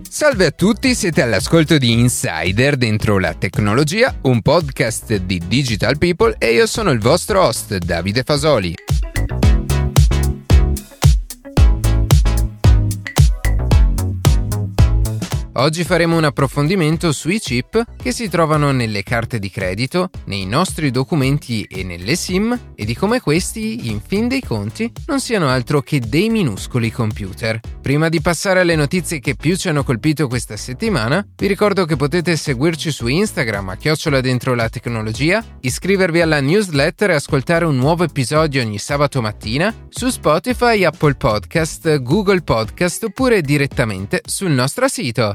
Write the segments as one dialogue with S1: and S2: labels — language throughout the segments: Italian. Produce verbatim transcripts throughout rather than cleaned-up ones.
S1: Salve a tutti, siete all'ascolto di Insider dentro la tecnologia, un podcast di Digital People e io sono il vostro host Davide Fasoli. Oggi faremo un approfondimento sui chip che si trovano nelle carte di credito, nei nostri documenti e nelle SIM e di come questi, in fin dei conti, non siano altro che dei minuscoli computer. Prima di passare alle notizie che più ci hanno colpito questa settimana, vi ricordo che potete seguirci su Instagram a chiocciola dentro la tecnologia, iscrivervi alla newsletter e ascoltare un nuovo episodio ogni sabato mattina su Spotify, Apple Podcast, Google Podcast oppure direttamente sul nostro sito.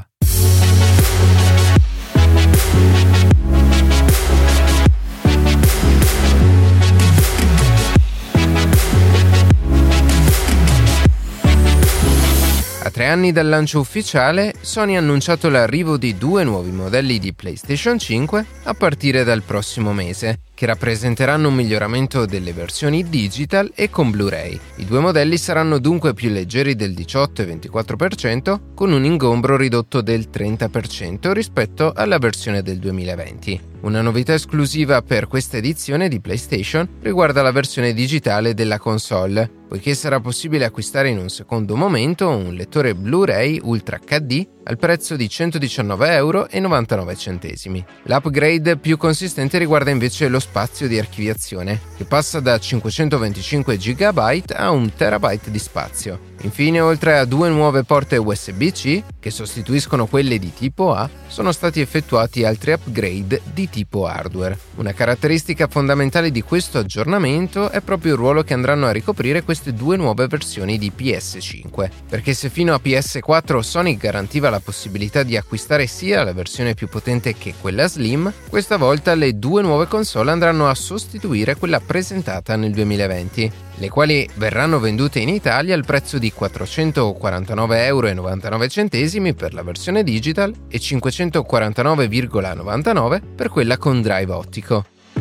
S1: A tre anni dal lancio ufficiale, Sony ha annunciato l'arrivo di due nuovi modelli di PlayStation cinque a partire dal prossimo mese, che rappresenteranno un miglioramento delle versioni digital e con Blu-ray. I due modelli saranno dunque più leggeri del diciotto e ventiquattro per cento, con un ingombro ridotto del trenta per cento rispetto alla versione del duemilaventi. Una novità esclusiva per questa edizione di PlayStation riguarda la versione digitale della console, poiché sarà possibile acquistare in un secondo momento un lettore Blu-ray Ultra acca di al prezzo di centodiciannove virgola novantanove euro. L'upgrade più consistente riguarda invece lo spazio di archiviazione, che passa da cinquecentoventicinque giga a un terabyte di spazio. Infine, oltre a due nuove porte U S B C, che sostituiscono quelle di tipo A, sono stati effettuati altri upgrade di tipo hardware. Una caratteristica fondamentale di questo aggiornamento è proprio il ruolo che andranno a ricoprire queste due nuove versioni di P S cinque, perché se fino a P S quattro Sony garantiva la possibilità di acquistare sia la versione più potente che quella slim, questa volta le due nuove console andranno a sostituire quella presentata nel duemilaventi, le quali verranno vendute in Italia al prezzo di quattrocentoquarantanove virgola novantanove euro per la versione digital e cinquecentoquarantanove virgola novantanove per quella con drive ottico.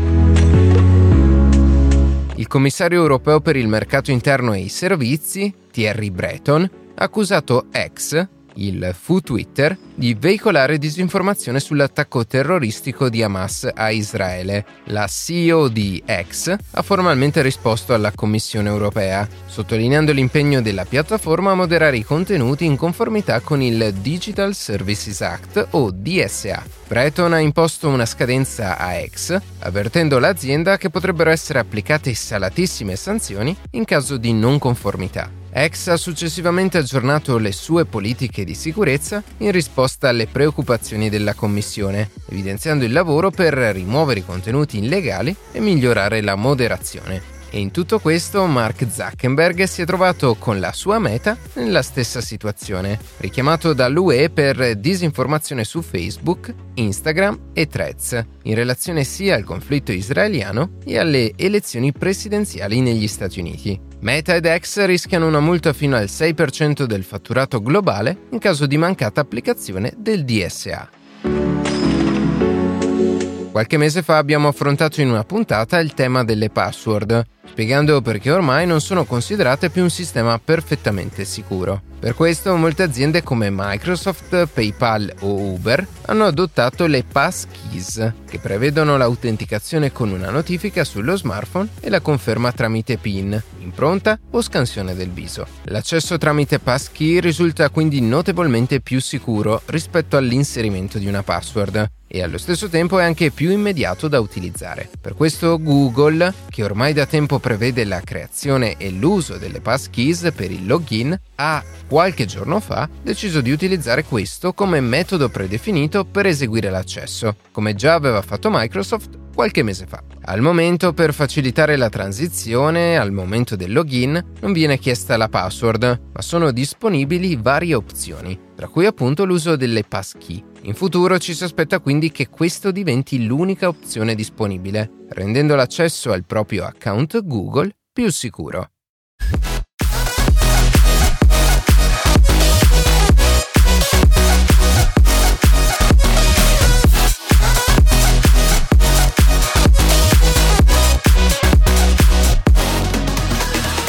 S1: Il commissario europeo per il mercato interno e i servizi, Thierry Breton, ha accusato X, il fu Twitter, di veicolare disinformazione sull'attacco terroristico di Hamas a Israele. La C E O di X ha formalmente risposto alla Commissione europea, sottolineando l'impegno della piattaforma a moderare i contenuti in conformità con il Digital Services Act o D S A. Breton ha imposto una scadenza a X, avvertendo l'azienda che potrebbero essere applicate salatissime sanzioni in caso di non conformità. X ha successivamente aggiornato le sue politiche di sicurezza in risposta alle preoccupazioni della Commissione, evidenziando il lavoro per rimuovere i contenuti illegali e migliorare la moderazione. E in tutto questo Mark Zuckerberg si è trovato con la sua Meta nella stessa situazione, richiamato dall'U E per disinformazione su Facebook, Instagram e Threads, in relazione sia al conflitto israeliano e alle elezioni presidenziali negli Stati Uniti. Meta ed X rischiano una multa fino al sei per cento del fatturato globale in caso di mancata applicazione del D S A. Qualche mese fa abbiamo affrontato in una puntata il tema delle password, spiegando perché ormai non sono considerate più un sistema perfettamente sicuro. Per questo molte aziende come Microsoft, PayPal o Uber hanno adottato le passkeys, che prevedono l'autenticazione con una notifica sullo smartphone e la conferma tramite PIN, impronta o scansione del viso. L'accesso tramite passkey risulta quindi notevolmente più sicuro rispetto all'inserimento di una password e allo stesso tempo è anche più immediato da utilizzare. Per questo Google, che ormai da tempo prevede la creazione e l'uso delle passkeys per il login, ha qualche giorno fa deciso di utilizzare questo come metodo predefinito per eseguire l'accesso, come già aveva fatto Microsoft qualche mese fa. Al momento, per facilitare la transizione al momento del login, non viene chiesta la password, ma sono disponibili varie opzioni, tra cui appunto l'uso delle passkey. In futuro ci si aspetta quindi che questo diventi l'unica opzione disponibile, rendendo l'accesso al proprio account Google più sicuro.
S2: Nei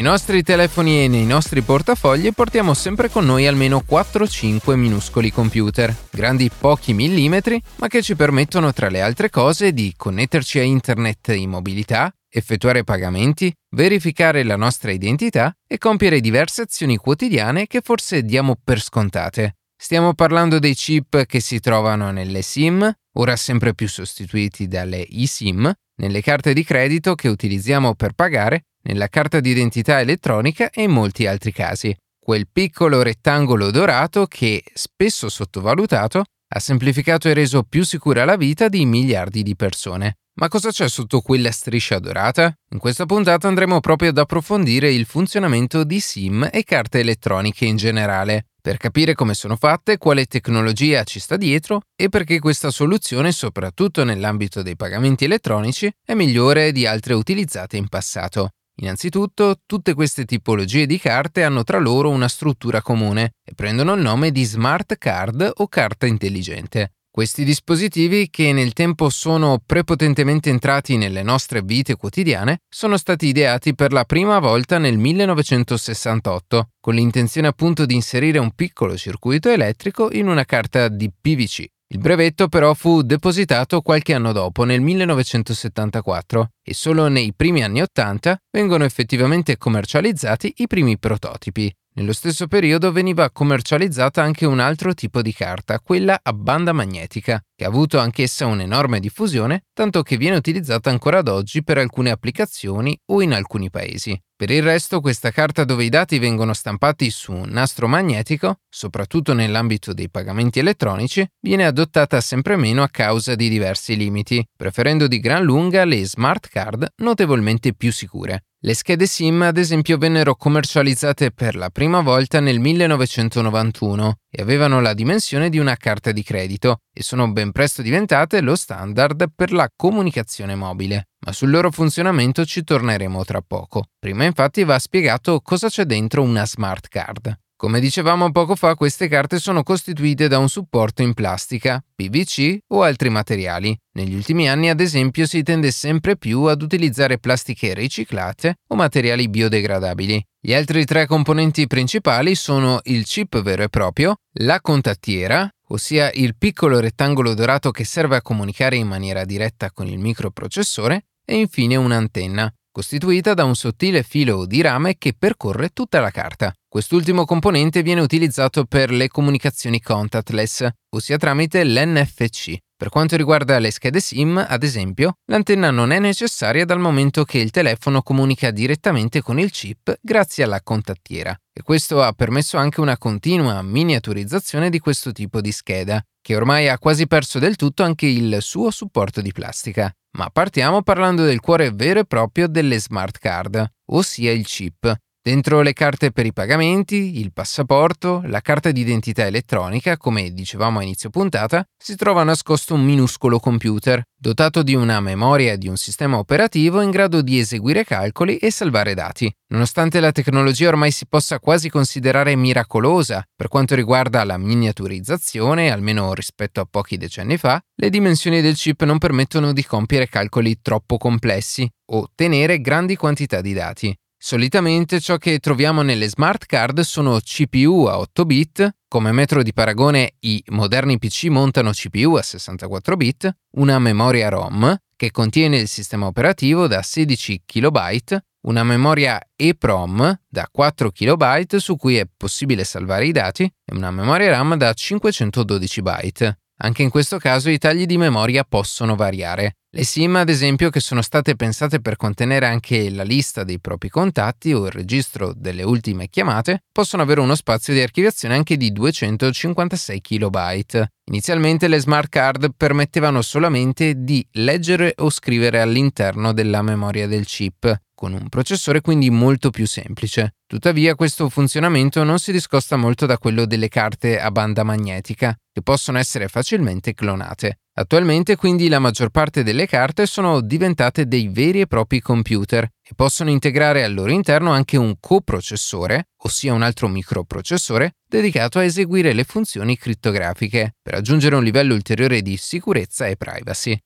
S1: nostri telefoni e nei nostri portafogli portiamo sempre con noi almeno quattro cinque minuscoli computer, grandi pochi millimetri, ma che ci permettono tra le altre cose di connetterci a internet in mobilità, effettuare pagamenti, verificare la nostra identità e compiere diverse azioni quotidiane che forse diamo per scontate. Stiamo parlando dei chip che si trovano nelle SIM, ora sempre più sostituiti dalle eSIM, nelle carte di credito che utilizziamo per pagare, nella carta d'identità elettronica e in molti altri casi. Quel piccolo rettangolo dorato che, spesso sottovalutato, ha semplificato e reso più sicura la vita di miliardi di persone. Ma cosa c'è sotto quella striscia dorata? In questa puntata andremo proprio ad approfondire il funzionamento di SIM e carte elettroniche in generale, per capire come sono fatte, quale tecnologia ci sta dietro e perché questa soluzione, soprattutto nell'ambito dei pagamenti elettronici, è migliore di altre utilizzate in passato. Innanzitutto, tutte queste tipologie di carte hanno tra loro una struttura comune e prendono il nome di smart card o carta intelligente. Questi dispositivi, che nel tempo sono prepotentemente entrati nelle nostre vite quotidiane, sono stati ideati per la prima volta nel millenovecentosessantotto, con l'intenzione appunto di inserire un piccolo circuito elettrico in una carta di P V C. Il brevetto però fu depositato qualche anno dopo, nel millenovecentosettantaquattro, e solo nei primi anni Ottanta vengono effettivamente commercializzati i primi prototipi. Nello stesso periodo veniva commercializzata anche un altro tipo di carta, quella a banda magnetica, che ha avuto anch'essa un'enorme diffusione, tanto che viene utilizzata ancora ad oggi per alcune applicazioni o in alcuni paesi. Per il resto, questa carta dove i dati vengono stampati su un nastro magnetico, soprattutto nell'ambito dei pagamenti elettronici, viene adottata sempre meno a causa di diversi limiti, preferendo di gran lunga le smart card notevolmente più sicure. Le schede SIM, ad esempio, vennero commercializzate per la prima volta nel millenovecentonovantuno e avevano la dimensione di una carta di credito e sono ben presto diventate lo standard per la comunicazione mobile. Ma sul loro funzionamento ci torneremo tra poco. Prima infatti va spiegato cosa c'è dentro una smart card. Come dicevamo poco fa, queste carte sono costituite da un supporto in plastica, P V C o altri materiali. Negli ultimi anni, ad esempio, si tende sempre più ad utilizzare plastiche riciclate o materiali biodegradabili. Gli altri tre componenti principali sono il chip vero e proprio, la contattiera, ossia il piccolo rettangolo dorato che serve a comunicare in maniera diretta con il microprocessore, e infine un'antenna, costituita da un sottile filo di rame che percorre tutta la carta. Quest'ultimo componente viene utilizzato per le comunicazioni contactless, ossia tramite l'N F C. Per quanto riguarda le schede SIM, ad esempio, l'antenna non è necessaria dal momento che il telefono comunica direttamente con il chip grazie alla contattiera, e questo ha permesso anche una continua miniaturizzazione di questo tipo di scheda, che ormai ha quasi perso del tutto anche il suo supporto di plastica. Ma partiamo parlando del cuore vero e proprio delle smart card, ossia il chip. Dentro le carte per i pagamenti, il passaporto, la carta d'identità elettronica, come dicevamo a inizio puntata, si trova nascosto un minuscolo computer, dotato di una memoria e di un sistema operativo in grado di eseguire calcoli e salvare dati. Nonostante la tecnologia ormai si possa quasi considerare miracolosa per quanto riguarda la miniaturizzazione, almeno rispetto a pochi decenni fa, le dimensioni del chip non permettono di compiere calcoli troppo complessi o tenere grandi quantità di dati. Solitamente ciò che troviamo nelle smart card sono C P U a otto bit, come metro di paragone i moderni P C montano C P U a sessantaquattro bit, una memoria ROM che contiene il sistema operativo da sedici kilobyte, una memoria EEPROM da quattro kilobyte su cui è possibile salvare i dati e una memoria RAM da cinquecentododici byte. Anche in questo caso i tagli di memoria possono variare. Le SIM, ad esempio, che sono state pensate per contenere anche la lista dei propri contatti o il registro delle ultime chiamate, possono avere uno spazio di archiviazione anche di duecentocinquantasei kilobyte. Inizialmente le smart card permettevano solamente di leggere o scrivere all'interno della memoria del chip, con un processore quindi molto più semplice. Tuttavia questo funzionamento non si discosta molto da quello delle carte a banda magnetica, che possono essere facilmente clonate. Attualmente quindi la maggior parte delle carte sono diventate dei veri e propri computer e possono integrare al loro interno anche un coprocessore, ossia un altro microprocessore, dedicato a eseguire le funzioni crittografiche, per aggiungere un livello ulteriore di sicurezza e privacy.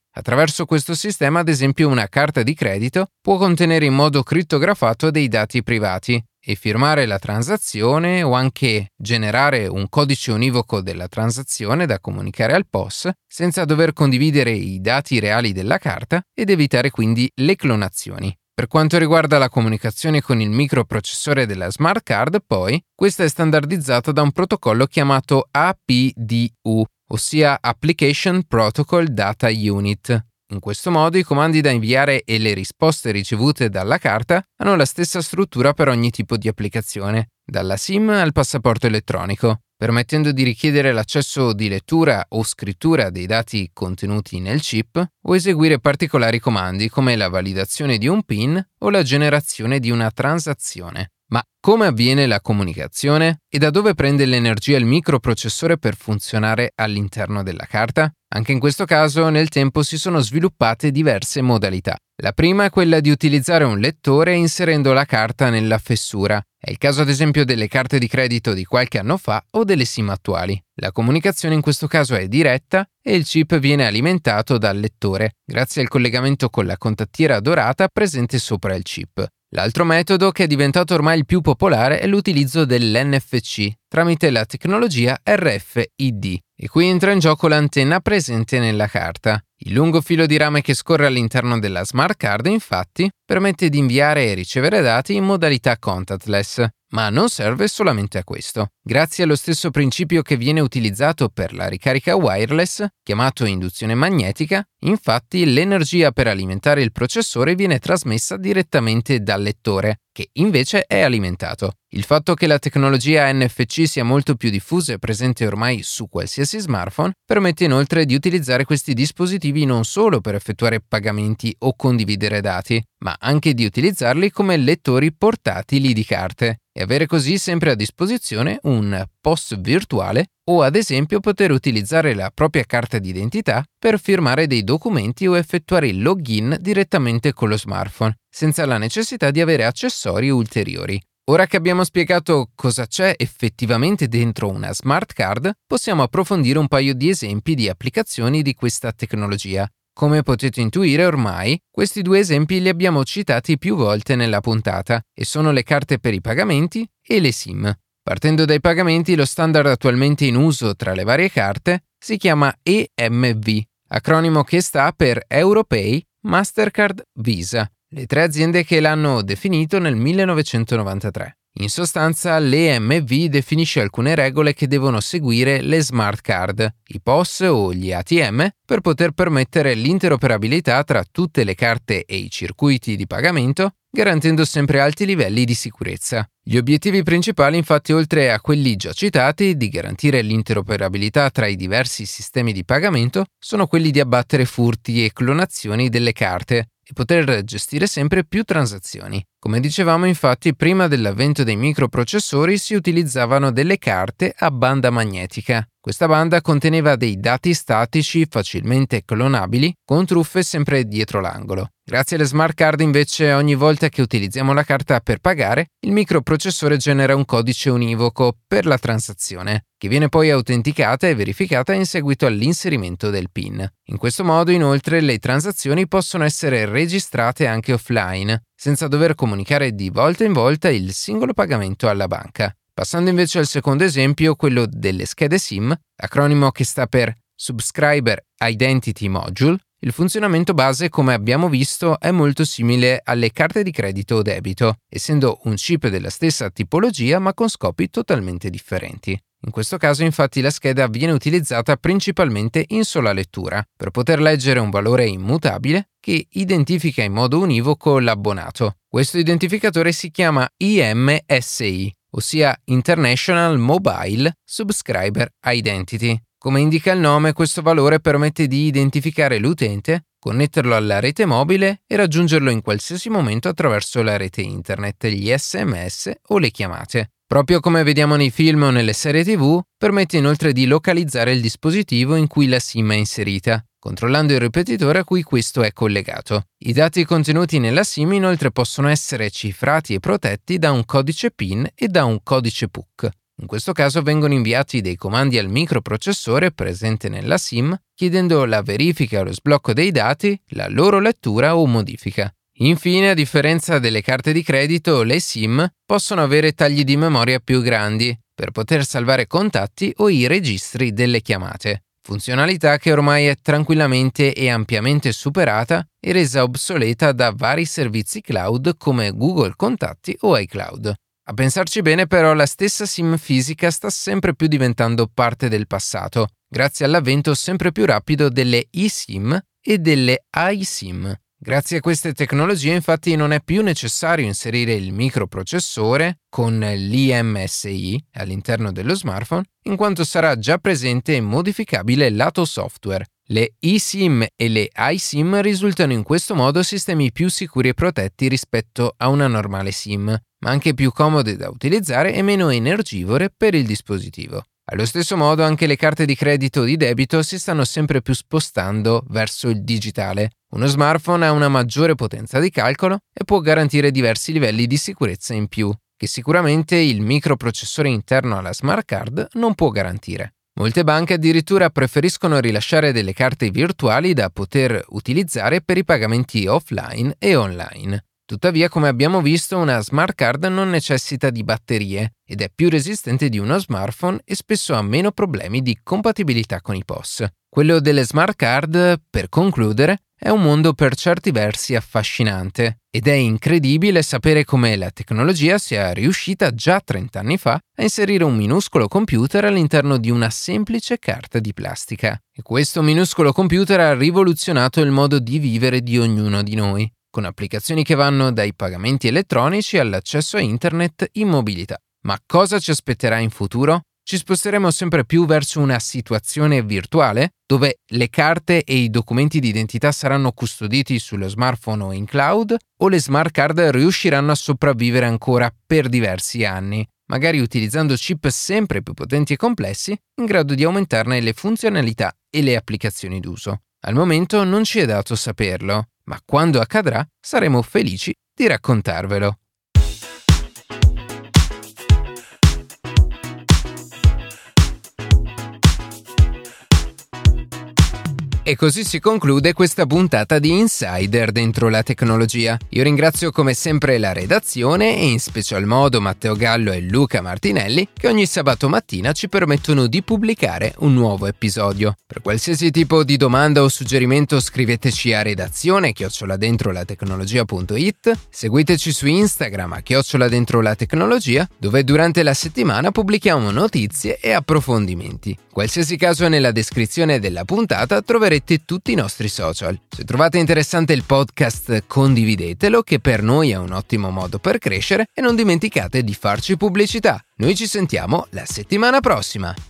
S1: Attraverso questo sistema, ad esempio, una carta di credito può contenere in modo crittografato dei dati privati e firmare la transazione o anche generare un codice univoco della transazione da comunicare al P O S senza dover condividere i dati reali della carta ed evitare quindi le clonazioni. Per quanto riguarda la comunicazione con il microprocessore della smart card, poi, questa è standardizzata da un protocollo chiamato A P D U, ossia Application Protocol Data Unit. In questo modo i comandi da inviare e le risposte ricevute dalla carta hanno la stessa struttura per ogni tipo di applicazione, dalla SIM al passaporto elettronico, permettendo di richiedere l'accesso di lettura o scrittura dei dati contenuti nel chip o eseguire particolari comandi come la validazione di un PIN o la generazione di una transazione. Ma come avviene la comunicazione e da dove prende l'energia il microprocessore per funzionare all'interno della carta? Anche in questo caso nel tempo si sono sviluppate diverse modalità. La prima è quella di utilizzare un lettore inserendo la carta nella fessura. È il caso ad esempio delle carte di credito di qualche anno fa o delle SIM attuali. La comunicazione in questo caso è diretta e il chip viene alimentato dal lettore, grazie al collegamento con la contattiera dorata presente sopra il chip. L'altro metodo, che è diventato ormai il più popolare, è l'utilizzo dell'N F C tramite la tecnologia R F I D, e qui entra in gioco l'antenna presente nella carta. Il lungo filo di rame che scorre all'interno della smart card, infatti, permette di inviare e ricevere dati in modalità contactless, ma non serve solamente a questo. Grazie allo stesso principio che viene utilizzato per la ricarica wireless, chiamato induzione magnetica, infatti l'energia per alimentare il processore viene trasmessa direttamente dal lettore, che invece è alimentato. Il fatto che la tecnologia N F C sia molto più diffusa e presente ormai su qualsiasi smartphone permette inoltre di utilizzare questi dispositivi non solo per effettuare pagamenti o condividere dati, ma anche di utilizzarli come lettori portatili di carte e avere così sempre a disposizione un P O S virtuale o ad esempio poter utilizzare la propria carta d'identità per firmare dei documenti o effettuare il login direttamente con lo smartphone, senza la necessità di avere accessori ulteriori. Ora che abbiamo spiegato cosa c'è effettivamente dentro una smart card, possiamo approfondire un paio di esempi di applicazioni di questa tecnologia. Come potete intuire ormai, questi due esempi li abbiamo citati più volte nella puntata e sono le carte per i pagamenti e le SIM. Partendo dai pagamenti, lo standard attualmente in uso tra le varie carte si chiama E M V, acronimo che sta per Europay, Mastercard, Visa, le tre aziende che l'hanno definito nel millenovecentonovantatré. In sostanza, l'E M V definisce alcune regole che devono seguire le smart card, i P O S o gli A T M, per poter permettere l'interoperabilità tra tutte le carte e i circuiti di pagamento, garantendo sempre alti livelli di sicurezza. Gli obiettivi principali, infatti, oltre a quelli già citati, di garantire l'interoperabilità tra i diversi sistemi di pagamento, sono quelli di abbattere furti e clonazioni delle carte e poter gestire sempre più transazioni. Come dicevamo, infatti, prima dell'avvento dei microprocessori si utilizzavano delle carte a banda magnetica. Questa banda conteneva dei dati statici facilmente clonabili con truffe sempre dietro l'angolo. Grazie alle smart card, invece, ogni volta che utilizziamo la carta per pagare, il microprocessore genera un codice univoco per la transazione, che viene poi autenticata e verificata in seguito all'inserimento del PIN. In questo modo, inoltre, le transazioni possono essere registrate anche offline, senza dover comunicare di volta in volta il singolo pagamento alla banca. Passando invece al secondo esempio, quello delle schede SIM, acronimo che sta per Subscriber Identity Module, il funzionamento base, come abbiamo visto, è molto simile alle carte di credito o debito, essendo un chip della stessa tipologia ma con scopi totalmente differenti. In questo caso, infatti, la scheda viene utilizzata principalmente in sola lettura, per poter leggere un valore immutabile che identifica in modo univoco l'abbonato. Questo identificatore si chiama I M S I, ossia International Mobile Subscriber Identity. Come indica il nome, questo valore permette di identificare l'utente, connetterlo alla rete mobile e raggiungerlo in qualsiasi momento attraverso la rete internet, gli S M S o le chiamate. Proprio come vediamo nei film o nelle serie tivù, permette inoltre di localizzare il dispositivo in cui la SIM è inserita, controllando il ripetitore a cui questo è collegato. I dati contenuti nella SIM inoltre possono essere cifrati e protetti da un codice PIN e da un codice P U C. In questo caso vengono inviati dei comandi al microprocessore presente nella SIM, chiedendo la verifica o lo sblocco dei dati, la loro lettura o modifica. Infine, a differenza delle carte di credito, le SIM possono avere tagli di memoria più grandi per poter salvare contatti o i registri delle chiamate. Funzionalità che ormai è tranquillamente e ampiamente superata e resa obsoleta da vari servizi cloud come Google Contatti o iCloud. A pensarci bene però, la stessa SIM fisica sta sempre più diventando parte del passato, grazie all'avvento sempre più rapido delle eSIM e delle iSIM. Grazie a queste tecnologie infatti non è più necessario inserire il microprocessore con l'I M S I all'interno dello smartphone, in quanto sarà già presente e modificabile lato software. Le eSIM e le iSIM risultano in questo modo sistemi più sicuri e protetti rispetto a una normale SIM, ma anche più comode da utilizzare e meno energivore per il dispositivo. Allo stesso modo anche le carte di credito o di debito si stanno sempre più spostando verso il digitale. Uno smartphone ha una maggiore potenza di calcolo e può garantire diversi livelli di sicurezza in più, che sicuramente il microprocessore interno alla smart card non può garantire. Molte banche addirittura preferiscono rilasciare delle carte virtuali da poter utilizzare per i pagamenti offline e online. Tuttavia, come abbiamo visto, una smart card non necessita di batterie ed è più resistente di uno smartphone e spesso ha meno problemi di compatibilità con i P O S. Quello delle smart card, per concludere, è un mondo per certi versi affascinante ed è incredibile sapere come la tecnologia sia riuscita già trenta anni fa a inserire un minuscolo computer all'interno di una semplice carta di plastica. E questo minuscolo computer ha rivoluzionato il modo di vivere di ognuno di noi, con applicazioni che vanno dai pagamenti elettronici all'accesso a internet in mobilità. Ma cosa ci aspetterà in futuro? Ci sposteremo sempre più verso una situazione virtuale, dove le carte e i documenti di identità saranno custoditi sullo smartphone o in cloud, o le smart card riusciranno a sopravvivere ancora per diversi anni, magari utilizzando chip sempre più potenti e complessi, in grado di aumentarne le funzionalità e le applicazioni d'uso. Al momento non ci è dato saperlo, ma quando accadrà saremo felici di raccontarvelo. E così si conclude questa puntata di Insider dentro la tecnologia. Io ringrazio come sempre la redazione e in special modo Matteo Gallo e Luca Martinelli, che ogni sabato mattina ci permettono di pubblicare un nuovo episodio. Per qualsiasi tipo di domanda o suggerimento scriveteci a redazione chiocciola dentro la tecnologia punto it, seguiteci su Instagram a chiocciola dentro la tecnologia, dove durante la settimana pubblichiamo notizie e approfondimenti. Qualsiasi caso, nella descrizione della puntata troverete tutti i nostri social. Se trovate interessante il podcast, condividetelo, che per noi è un ottimo modo per crescere, e non dimenticate di farci pubblicità. Noi ci sentiamo la settimana prossima.